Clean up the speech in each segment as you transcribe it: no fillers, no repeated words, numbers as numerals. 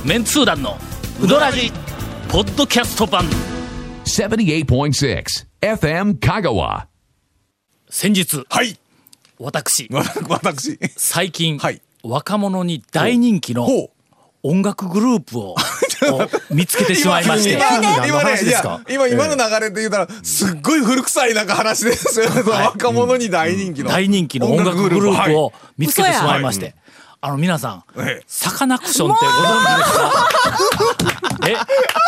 メンツー団のウドラジポッドキャスト版 78.6 FM 香川。 先日、 はい。 私最近、 はい、 若者に大人気の音楽グループを見つけてしまいまして今の流れで言うたらすっごい古臭いなんか話ですよ、はい、若者に大人気の音楽グループを見つけてしまいまして、皆さん、サカナクションってご存知ですか？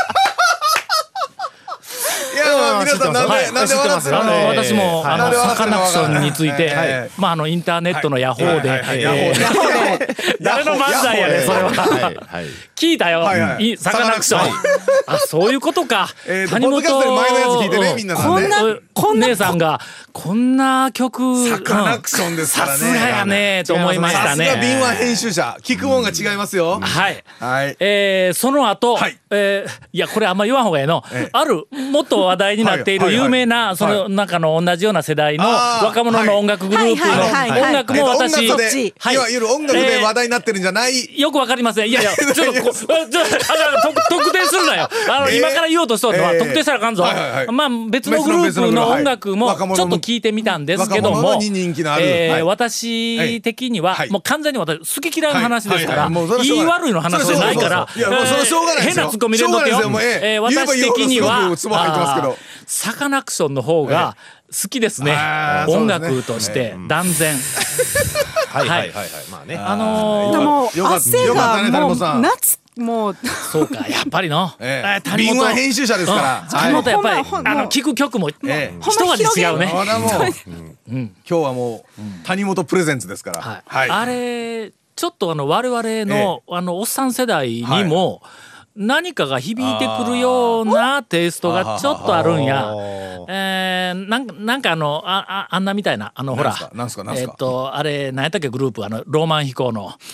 いや、皆さんなんで笑ってるの？ 私もサカナクションについて、インターネットのヤホーで誰の漫才やねんそれは聞いたよ、サカナクション。あ、そういうことか。谷本姉さんがこんな曲、 サカナクションですからね。 さすがやねと思いましたね。 さすが敏腕編集者、聞くもんが違いますよ。 はい。その後、いやこれあんま言わんほうがええの。あるもっと話題になっている有名なその中の同じような世代の若者の音楽グループの音楽も私、いわゆる音楽で話題になってるんじゃない。 よくわかりません。いやいや、ちょっと特定するなよ。今から言おうとしとるのは特定したらあかんぞ。まあ別のグループの音楽もちょっと聞いてみたんですけども、私的にはもう完全に私好き嫌いの話ですから、言い悪いの話じゃないから、変なツッコミ入れんとってよ。私的にはサカナクションの方が好きですね。音楽として断然。 はい。まあね。 でも汗がもう夏もうそうか、やっぱりの敏腕編集者ですから。 谷本やっぱり聴く曲も一味違うね。 今日はもう谷本プレゼンツですから。 あれちょっと我々のおっさん世代にも何かが響いてくるようなテイストがちょっとあるんや。なんかあんなみたいなほら、あれ何やったっけグループ、ローマン飛行の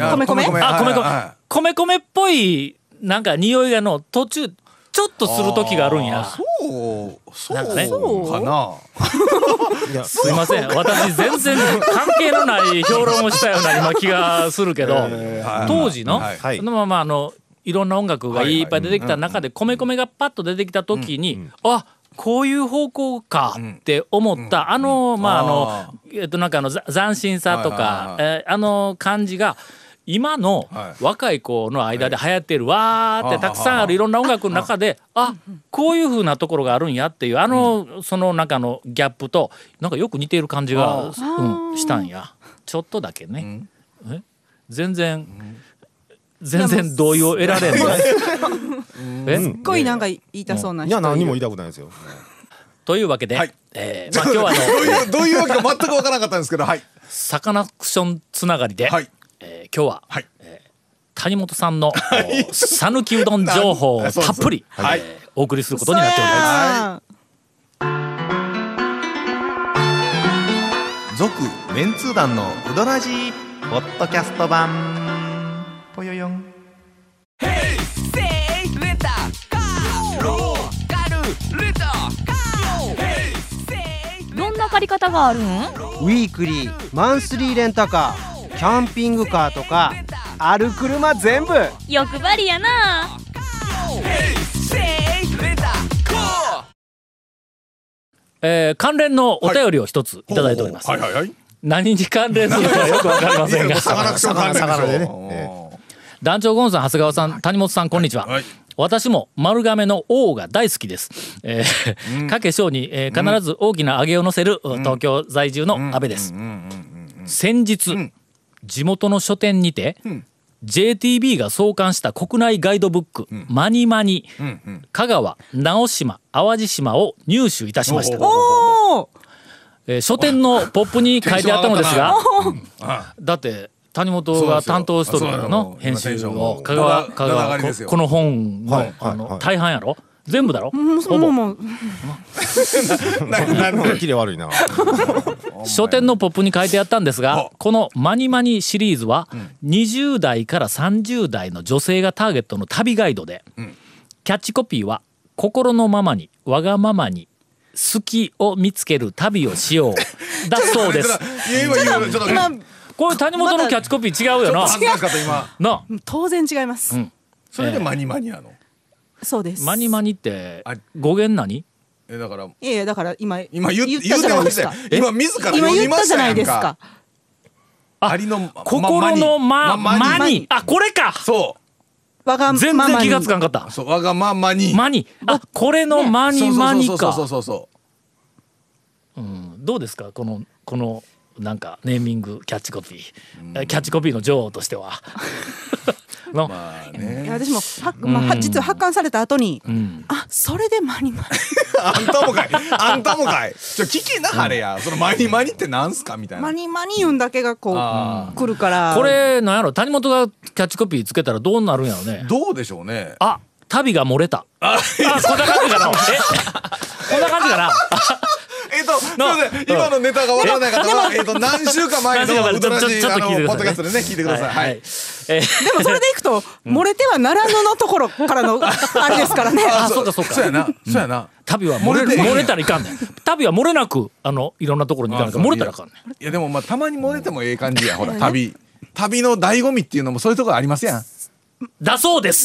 米米っぽいなんか匂いが途中ちょっとする時があるんや。 そうかな。 すいません、私全然関係のない評論をしたような今気がするけど、当時のいろんな音楽がいっぱい出てきた中で米米がパッと出てきた時に、あ、こういう方向かって思ったなんか斬新さとか感じが今の若い子の間で流行っているわーってたくさんあるいろんな音楽の中で、あ、こういう風なところがあるんやっていうその中のギャップとなんかよく似ている感じがしたんや。ちょっとだけね。全然同意を得られんの。 すっごいなんか言いたそうな人。 いや、何も言いたくないですよ。 というわけで、今日はどういうわけか全くわからなかったんですけど、 サカナクションつながりで、今日は谷本さんの讃岐うどん情報をたっぷりお送りすることになっております。 続メンツー団のうどらじポッドキャスト版ぽよよん。 どんな借り方があるん？ ウィークリー、マンスリーレンタカー、キャンピングカーとかある車全部。 欲張りやな。 関連のお便りを一ついただいております。何に関連するのかよくわかりませんが、 サカナクション関連でね。 団長ゴンさん、長谷川さん、谷本さん、こんにちは。私も丸亀の王が大好きです。かけ小に、必ず大きな上げを乗せる東京在住の安倍です。先日、地元の書店にて、JTB が創刊した国内ガイドブック、マニマニ、香川、直島、淡路島を入手いたしました。書店のポップに書いてあったのですが、だって谷本が担当しとるからの編集を香川この本の大半やろ、全部だろ、ほぼ。 キレ悪いな。 書店のポップに書いてあったんですが、このマニマニシリーズは20代から30代の女性がターゲットの旅ガイドで、キャッチコピーは心のままにわがままに好きを見つける旅をしようだそうです。これ谷本のキャッチコピー違うよな。 当然違います。 それでマニマニやの。 そうです。 マニマニって語源何？ だからいやだから今言ってましたよ。今自ら読みましたやんか。 ありの心のマニ。あ、これか。 そう。 全然気がつかんかった。 そう、わがままに。 マニ。あ、これのマニマニか。 そう。 どうですか、このなんかネーミングキャッチコピー、キャッチコピーの女王としては。 まあね。 私も実は発刊された後に、あ、それでマニマニ。 あんたもかい。聞きなはれや。そのマニマニってなんすかみたいな。 マニマニ言うんだけがこう来るから。 これなんやろ、谷本がキャッチコピーつけたらどうなるんやろね。 どうでしょうね。 あ、旅が漏れた。こんな感じかな。こんな感じかな。 すみません、今のネタが分からない方は何週間前のウドラジポッドキャストでね聞いてください。はい。 でもそれでいくと漏れてはならぬのところからのあれですからね。 あ、そうか。 そうやな。 旅は漏れたらいかんねん。旅は漏れなくいろんなところに行かないから漏れたらいかんねん。 いやでもたまに漏れてもええ感じや。ほら旅の醍醐味っていうのもそういうところありますやん。 だそうです。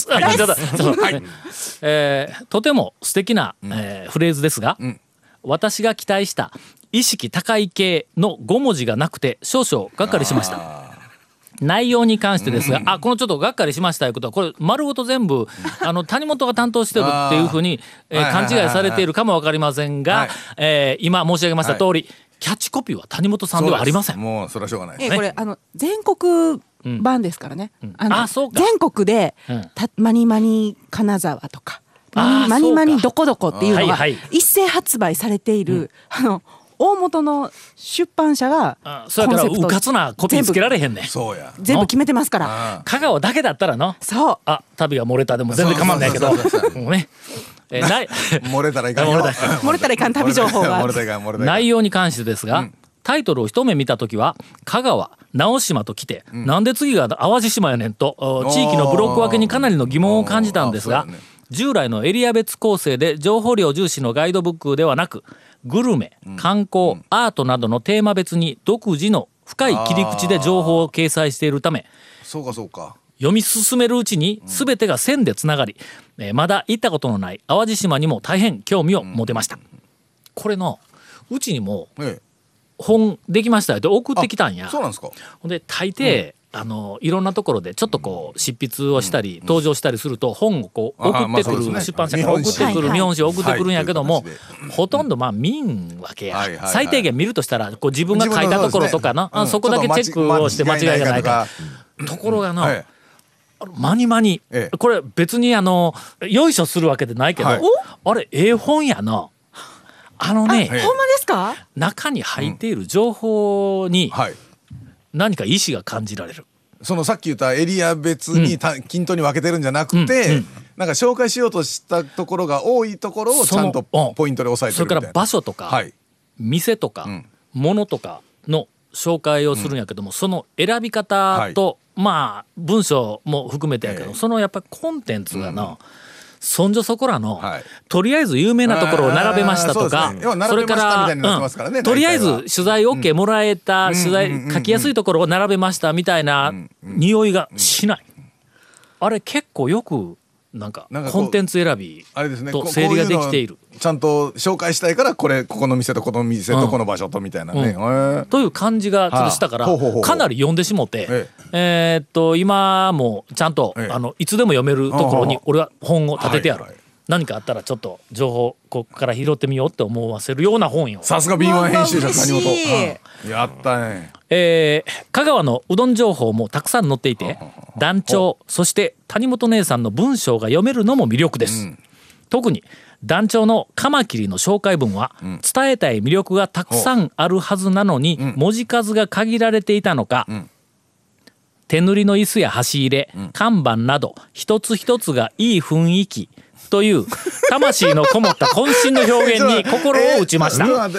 とても素敵なフレーズですが、私が期待した意識高い系の5文字がなくて少々がっかりしました。内容に関してですが、このちょっとがっかりしましたということは、これ丸ごと全部谷本が担当してるっていうふうに勘違いされているかも分かりませんが、今申し上げました通り、キャッチコピーは谷本さんではありません。 もうそれはしょうがない。 これ全国版ですからね。 そうか。 全国でマニマニ金沢とかマニマニどこどこっていうのが一斉発売されている大元の出版社がそうやからうかつなコピーつけられへんねん。 そうや。 全部決めてますから。 香川だけだったらの。 そう。 旅が漏れたでも全然構わないけど。ね。 漏れたらいかんよ。 漏れたらいかん旅情報が。 内容に関してですが、タイトルを一目見たときは香川直島と来て、なんで次が淡路島やねんと地域のブロック分けにかなりの疑問を感じたんですが、従来のエリア別構成で情報量重視のガイドブックではなく、グルメ、観光、アートなどのテーマ別に独自の深い切り口で情報を掲載しているため、 そうか読み進めるうちに全てが線でつながり、まだ行ったことのない淡路島にも大変興味を持てました。これのうちにも本できましたよって送ってきたんや。 そうなんですか。 ほんで大抵、いろんなところでちょっとこう執筆をしたり登場したりすると本をこう送ってくる、出版社から送ってくる見本紙を送ってくるんやけども、ほとんど見んわけや。最低限見るとしたらこう自分が書いたところとかな、そこだけチェックをして間違いがないか。ところがな、マニマニ、これ別によいしょするわけでないけど、あれ本やな。 ほんまですか？ 中に入っている情報に何か意思が感じられる。 そのさっき言ったエリア別に均等に分けてるんじゃなくて、なんか紹介しようとしたところが多いところをちゃんとポイントで押さえてるみたいな。 それから場所とか、店とか、物とかの紹介をするんやけども、その選び方と、文章も含めてやけど、そのやっぱりコンテンツがな、そんじょそこらの、とりあえず有名なところを並べましたとか、それからとりあえず取材 OK もらえた、取材書きやすいところを並べましたみたいな匂いがしない。あれ結構よくなんかコンテンツ選びと整理ができている。 ちゃんと紹介したいからここの店とこの店とこの場所とみたいなね、 という感じがちょっとしたからかなり読んでしもて、今もちゃんといつでも読めるところに俺は本を立ててやる。何かあったらちょっと情報ここから拾ってみようって思わせるような本よ。 さすが敏腕編集者谷本。やったね。 香川のうどん情報もたくさん載っていて、団長そして谷本姉さんの文章が読めるのも魅力です。特に団長のカマキリの紹介文は、伝えたい魅力がたくさんあるはずなのに、文字数が限られていたのか、手塗りの椅子や箸入れ、看板など一つ一つがいい雰囲気という魂のこもった渾身の表現に心を打ちました。 どういうこと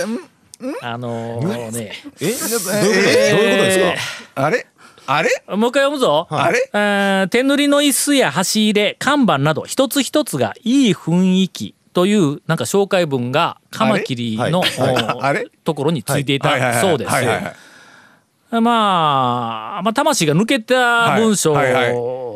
ですか？あれもう一回読むぞ。手塗りの椅子や箸入れ、看板など一つ一つがいい雰囲気というなんか紹介文がカマキリのところについていたそうです。魂が抜けた文章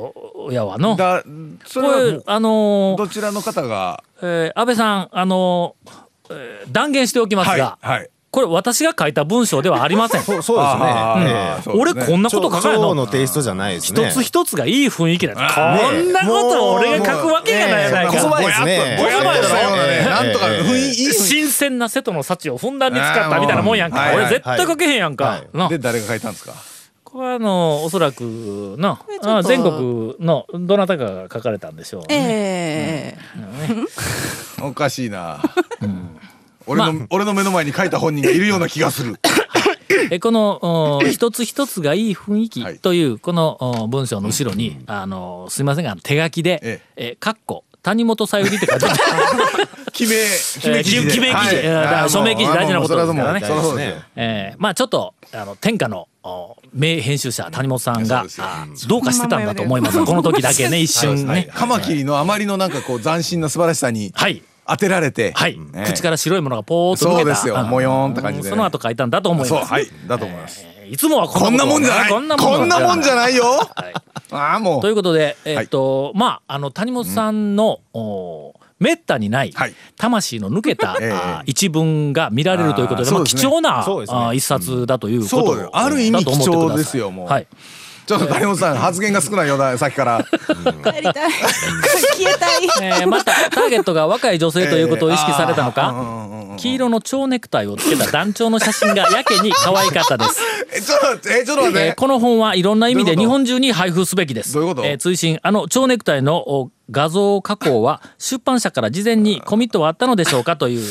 そうやわの。 それはこれどちらの方が安倍さん断言しておきますが、これ私が書いた文章ではありません。 そうですね。 俺こんなこと書かないの。 のテイストじゃないですね。 一つ一つがいい雰囲気だ。こんなことを俺が書くわけがないやないか。 言葉ですね。 言葉やろ。 なんとか雰囲気新鮮な瀬戸の幸をふんだんに使ったみたいなもんやんか。俺絶対書けへんやんか。 で誰が書いたんですか。 これはおそらくの全国のどなたかが書かれたんでしょうね。 おかしいな。俺の目の前に書いた本人がいるような気がする。 この一つ一つがいい雰囲気というこの文章の後ろにすいませんが手書きで括弧谷本さゆりって書いてある。 記名記事、 署名記事大事なことですからね。まあちょっと天下の名編集者谷本さんがどうかしてたんだと思います。この時だけね一瞬ね。 カマキリのあまりのなんかこう斬新な素晴らしさに当てられて、 口から白いものがポーッと抜けた。 そうですよ。もよーんって感じで。 その後書いたんだと思います。 だと思います。 いつもはこんなもんじゃない。こんなもんじゃないよ。もう。 ということでまあ谷本さんのめったにない魂の抜けた一文が見られるということで、貴重な一冊だということだと思ってください。 ある意味貴重ですよ。もう。ちょっと谷本さん発言が少ないようださっきから。 帰りたい。消えたい。 またターゲットが若い女性ということを意識されたのか、黄色の蝶ネクタイをつけた団長の写真がやけに可愛かったです。 ちょっと待って。 この本はいろんな意味で日本中に配布すべきです。 どういうこと？ 追伸蝶ネクタイの画像加工は出版社から事前にコミットはあったのでしょうかという、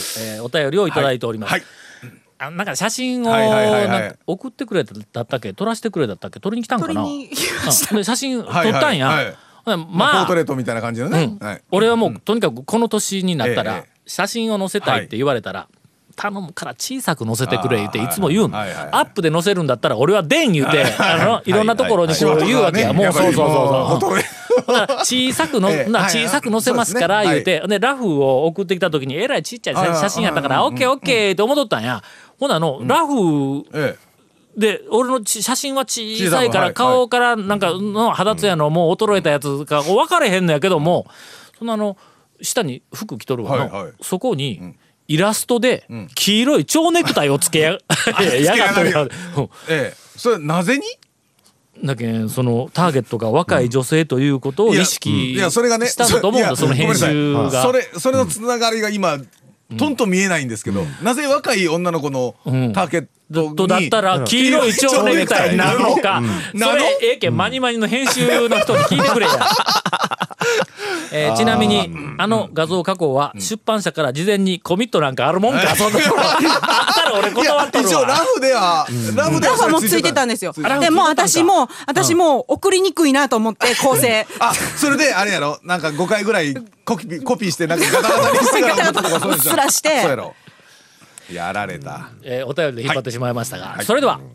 お便りをいただいております。なんか写真を送ってくれだったっけ、撮らせてくれだったっけ、撮りに来たんかな。写真撮ったんや。 まあポートレートみたいな感じのね。 俺はもうとにかくこの年になったら写真を載せたいって言われたら頼むから小さく載せてくれ言っていつも言うの。アップで載せるんだったら俺はでん言うていろんなところにこう言うわけや。もうそう。小さく載せますから言うて、でラフを送ってきた時にえらいちっちゃい写真やったからオッケーオッケーって思っとったんや。ほなラフで俺の写真は小さいから顔からなんかの肌ツヤのもう衰えたやつか分かれへんのやけども、その下に服着とるわのそこにイラストで黄色い蝶ネクタイをつけやがったん。 それなぜに？ だけそのターゲットが若い女性ということを意識したんだと思うんだ。その編集がそれのつながりが今とんと見えないんですけど、なぜ若い女の子のターゲットだったら黄色い蝶ネクタイになるのか、それマニマニの編集の人に聞いてくれや。ちなみに画像加工は出版社から事前にコミットなんかあるもんか。そんなことあったら俺断っとるわ。 一応ラフではもついてたんですよ。でも私も送りにくいなと思って構成。 それであれやろ、なんか5回ぐらいコピーしてなんかガタガタにしてから送ったとかそうですよ。 すらして。 そうやろ。やられた。 お便りで引っ張ってしまいましたが、それでは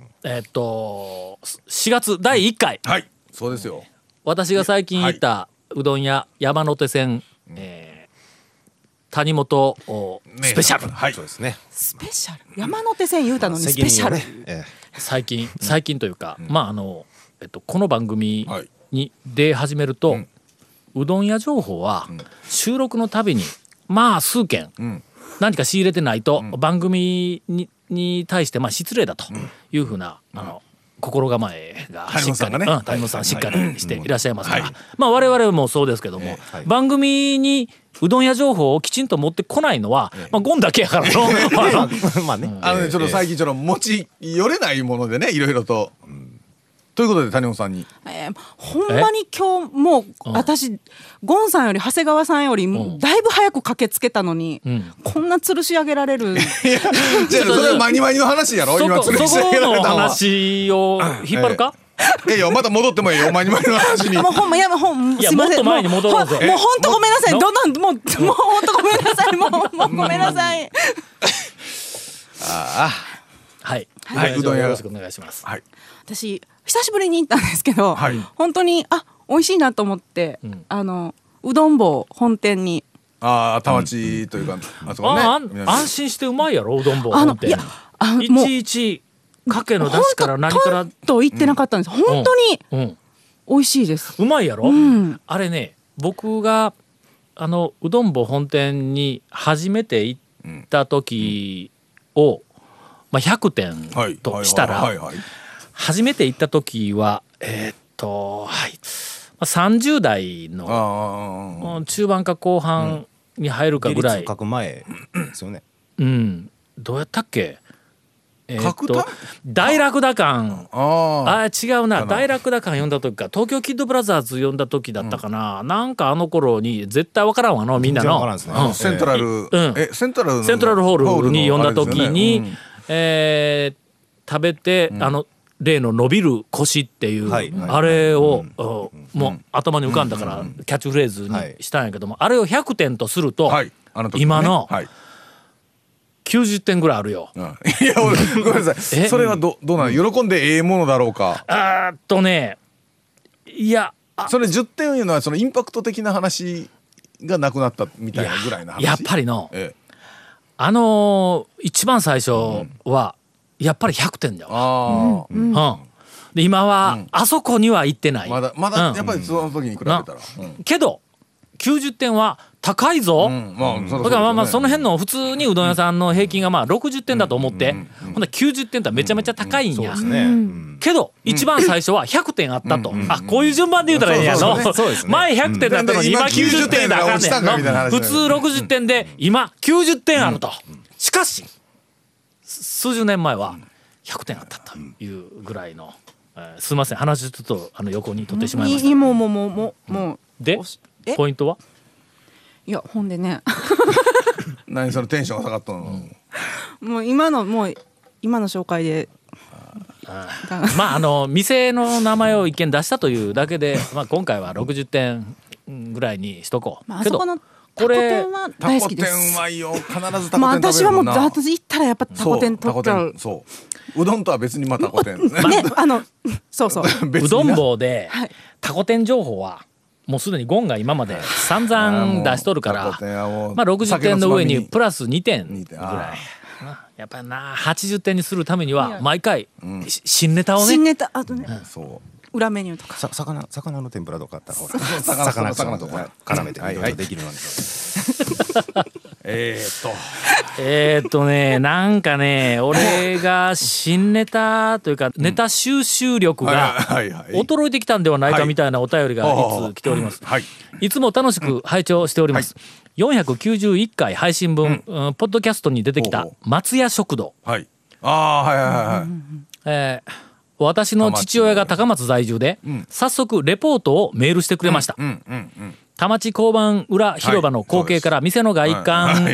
4月第1回。 はい。そうですよ。 私が最近行ったうどん屋山手線谷本スペシャル。 はい、そうですね。 スペシャル。山手線言うたのにスペシャル。 最近というか、この番組に出始めると、うどん屋情報は収録のたびに数件何か仕入れてないと番組に対して失礼だというふうな心構えがしっかり谷本さんしっかりしていらっしゃいますから、我々もそうですけども、番組にうどん屋情報をきちんと持ってこないのはゴンだけやからの。 まあね、ちょっと最近ちょっと持ち寄れないものでね、いろいろと。ということで谷本さんに、 ほんまに今日もう私ゴンさんより長谷川さんよりだいぶ早く駆けつけたのに、こんな吊るし上げられる。 じゃあそれはマニマニの話やろ。今吊るし上げられたのはそこの話を引っ張るか。 また戻ってもいいよ、マニマニの話に。 もうほんますいません。 もっと前に戻ろうぜ。 もうほんとごめんなさい。もうほんとごめんなさい。もうごめんなさい。 はい。 うどん屋よろしくお願いします。 私久しぶりに行ったんですけど、本当に美味しいなと思って、うどん坊本店に田町というかあそこね、 安心してうまいやろうどん坊本店。いちいちかけの出汁から何からと言ってなかったんです。本当に美味しいです。 うまいやろ、あれね、僕がうどん坊本店に初めて行った時を、100点としたら、初めて行った時は30代の中盤か後半に入るかぐらい、 書く前ですよね。 どうやったっけ、大楽打館、違うな、大楽打館読んだ時か、東京キッドブラザーズ読んだ時だったかな、なんか頃に絶対分からんわのみんなの、 セントラルセントラルホールに読んだ時に、食べて、例の伸びる腰っていう、あれを、もう頭に浮かんだからキャッチフレーズにしたんやけども、あれを100点とすると、今の90点ぐらいあるよ。 いや、ごめんなさい、それはどうなの、喜んでええものだろうか。 いや、 それ10点いうのはそのインパクト的な話がなくなったみたいなぐらいの話。 やっぱりの、一番最初はやっぱり100点だわ。で今はあそこには行ってない。 まだやっぱりその時に比べたら。 けど90点は高いぞ。だからその辺の普通にうどん屋さんの平均が60点だと思って、ほんで90点ってめちゃめちゃ高いんや。けど一番最初は100点あったと。こういう順番で言うたらいいんやの。前100点だったのに今90点だからね。普通60点で今90点あると。しかし数十年前は100点あったというぐらいの、すいません、話ちょっと横に取ってしまいました。 もうでポイントは、 いや、ほんでね何そのテンションが下がったの、 もう今の紹介で店の名前を一見出したというだけで、今回は60点ぐらいにしとこう。けどタコ天は大好きです。 タコ天はいいよ、必ずタコ天食べるもんな。 私はもう私行ったらやっぱタコ天取っちゃう。 うどんとは別にタコ天ね、 そううどん坊でタコ天情報はもうすでにゴンが今まで散々出しとるから、60点の上にプラス2点ぐらい。やっぱりな、80点にするためには毎回新ネタをね、 あとね、裏メニューとか魚の天ぷらとかあったらほら魚とか絡めていろいろできるのになんかね、俺が新ネタというかネタ収集力が衰えてきたんではないかみたいなお便りがいつ来ております。いつも楽しく拝聴しております。491回配信分、ポッドキャストに出てきた松屋食堂。私の父親が高松在住で、早速レポートをメールしてくれました。田町交番裏広場の光景から店の外観、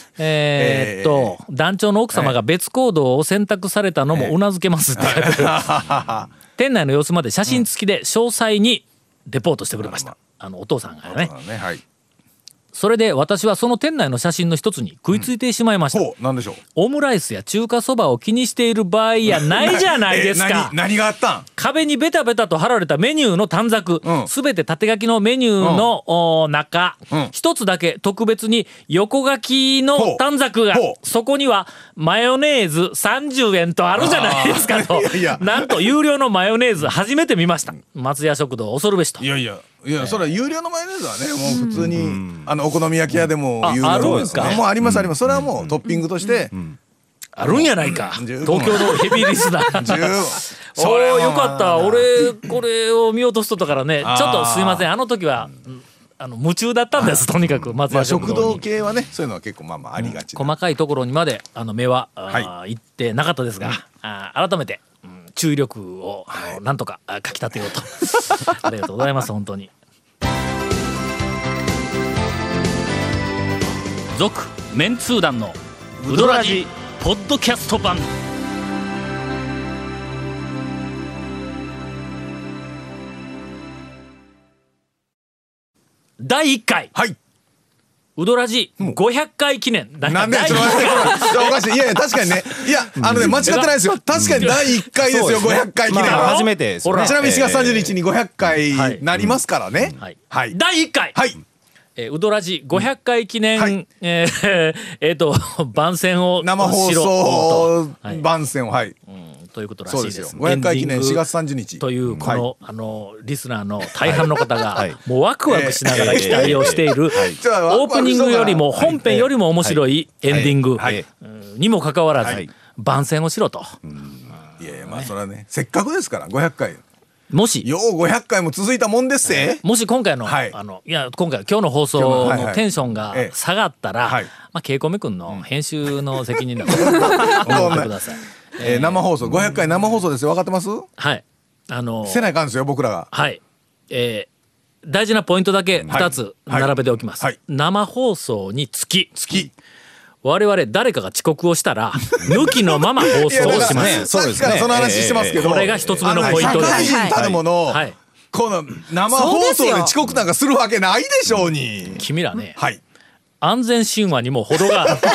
団長の奥様が別行動を選択されたのもうなずけますって書いてある。店内の様子まで写真付きで詳細にレポートしてくれました。お父さんがね。それで私はその店内の写真の一つに食いついてしまいました。 何でしょう。 オムライスや中華そばを気にしている場合やないじゃないですか。 何があったん。 壁にベタベタと貼られたメニューの短冊、すべて縦書きのメニューの中、一つだけ特別に横書きの短冊が、そこにはマヨネーズ30円とあるじゃないですかと。なんと有料のマヨネーズ初めて見ました。松屋食堂恐るべしと。 いや、それは有料のマヨネーズはね、もう普通にお好み焼き屋でも有料のですか。もうありますあります。それはもうトッピングとしてあるんやないか。東京のヘビーリスナー。よかった。俺これを見落としとったからね。ちょっとすいません。あの時は夢中だったんです。とにかく松屋食堂に。 食堂系はね、そういうのは結構ありがち。 細かいところにまで目は行ってなかったですが、改めて注意力をなんとかかき立てようと。ありがとうございます。本当に。続メンツー団のウドラジポッドキャスト版。第1回、ウドラジ500回記念。 なんでちょっと待って、おかしい。いや確かにね、いや間違ってないですよ。確かに第1回ですよ。500回記念は初めてですよね。 ちなみに4月30日に500回なりますからね。 第1回、ウドラジ500回記念、番宣を生放送番宣をということらしいです。 そうですよ。500回記念4月30日というこの、リスナーの大半の方がもうワクワクしながら期待をしているオープニングよりも本編よりも面白いエンディングにもかかわらず番宣をしろと。 いやいや、まあそれはね、せっかくですから500回。 もしよう500回も続いたもんですせ。 もし今回の今日の放送のテンションが下がったら、まあケイコメ君の編集の責任だと思ってください。 生放送500回生放送ですよ。分かってます？ はい。 せないかんですよ僕らが。 はい。大事なポイントだけ2つ並べておきます。生放送につき。我々誰かが遅刻をしたら抜きのまま放送をします。 そうですね。その話してますけど、 これが一つ目のポイントです。 社会人たるもの、この生放送で遅刻なんかするわけないでしょうに。 君らね、安全神話にも程がある。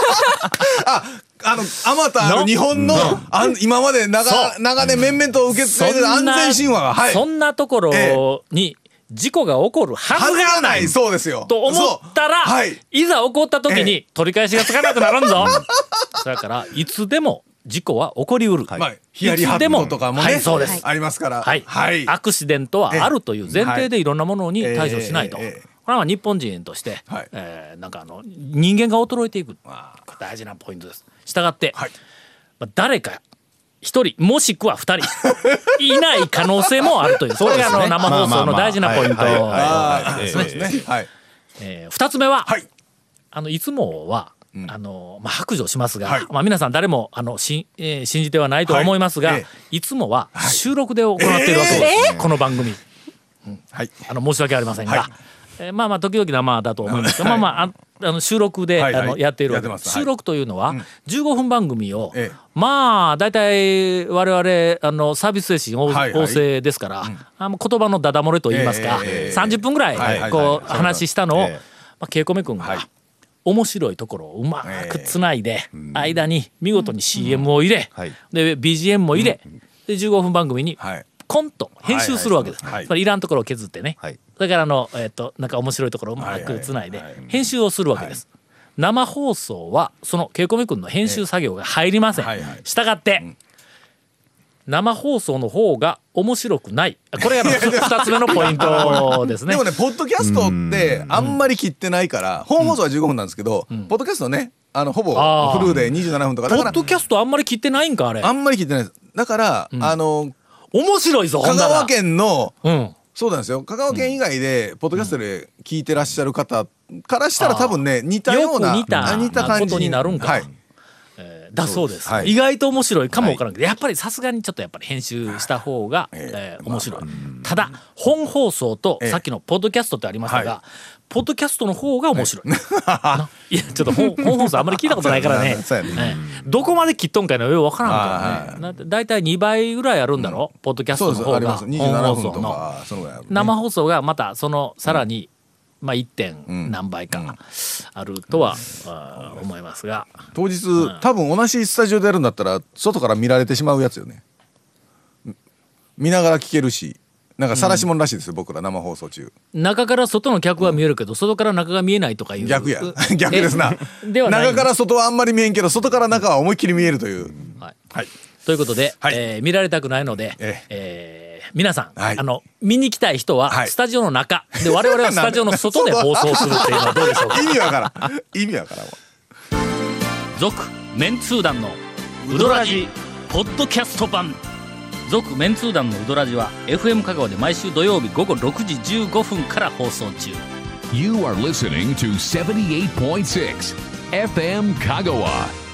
あまた日本の今まで長年面々と受け継いでる安全神話が、 そんなところに事故が起こるはずがない。 そうですよ。 と思ったら、いざ起こった時に取り返しがつかなくなるんぞ。だからいつでも事故は起こりうる。 ヒヤリハットとかもね、 そうです。 ありますから。 アクシデントはあるという前提でいろんなものに対処しないと。これは日本人としてなんか人間が衰えていく大事なポイントです。したがって誰か一人もしくは二人いない可能性もあるという、それが生放送の大事なポイントですね。二つ目は、いつもは白状しますが、皆さん誰も信じてはないと思いますが、いつもは収録で行っているわけです、この番組。申し訳ありませんが、時々生だと思いますが、収録でやっているわけです。収録というのは15分番組をだいたい我々サービス精神旺盛ですから、言葉のダダ漏れといいますか、30分ぐらいこう話したのをケイコメ君が面白いところをうまくつないで、間に見事に CM を入れ、で BGM も入れ、で15分番組にコンと編集するわけです。いらんところを削ってね、だからなんか面白いところをうまくつないで編集をするわけです。生放送はそのケイコメ君の編集作業が入りません。したがって生放送の方が面白くない。これが2つ目のポイントですね。 でもね、ポッドキャストってあんまり切ってないから、本放送は15分なんですけど、ポッドキャストね、ほぼフルで27分とか。 ポッドキャストあんまり切ってないんかあれ。 あんまり切ってないです。だから面白いぞ。 香川県のそうなんですよ。香川県以外でポッドキャストで聞いてらっしゃる方からしたら多分ね、似たような似たことになるんか。だそうです。意外と面白いかもわからんけど、やっぱりさすがにちょっとやっぱり編集した方が面白い。ただ本放送とさっきのポッドキャストってありましたが、ポッドキャストの方が面白い。いやちょっと本放送あんまり聞いたことないからね。どこまで切っとんかいのよくわからんけどね。だいたい2倍ぐらいあるんだろ、ポッドキャストの方が本放送の。生放送がまたそのさらに1. 点何倍かあるとは思いますが、 当日多分同じスタジオでやるんだったら外から見られてしまうやつよね。見ながら聞けるし、なんか晒し者らしいですよ、僕ら生放送中。 中から外の客は見えるけど、外から中が見えないとかいう。 逆や逆ですな。中から外はあんまり見えんけど、外から中は思いっきり見えるという。 ということで、見られたくないので、皆さん、見に来たい人はスタジオの中で、我々はスタジオの外で放送するっていうのはどうでしょうか。 意味わからん。意味わからんわ。 続メンツー団のウドラジポッドキャスト版。続メンツー団のウドラジは FM 香川で毎週土曜日午後6時15分から放送中。 You are listening to 78.6 FM 香川。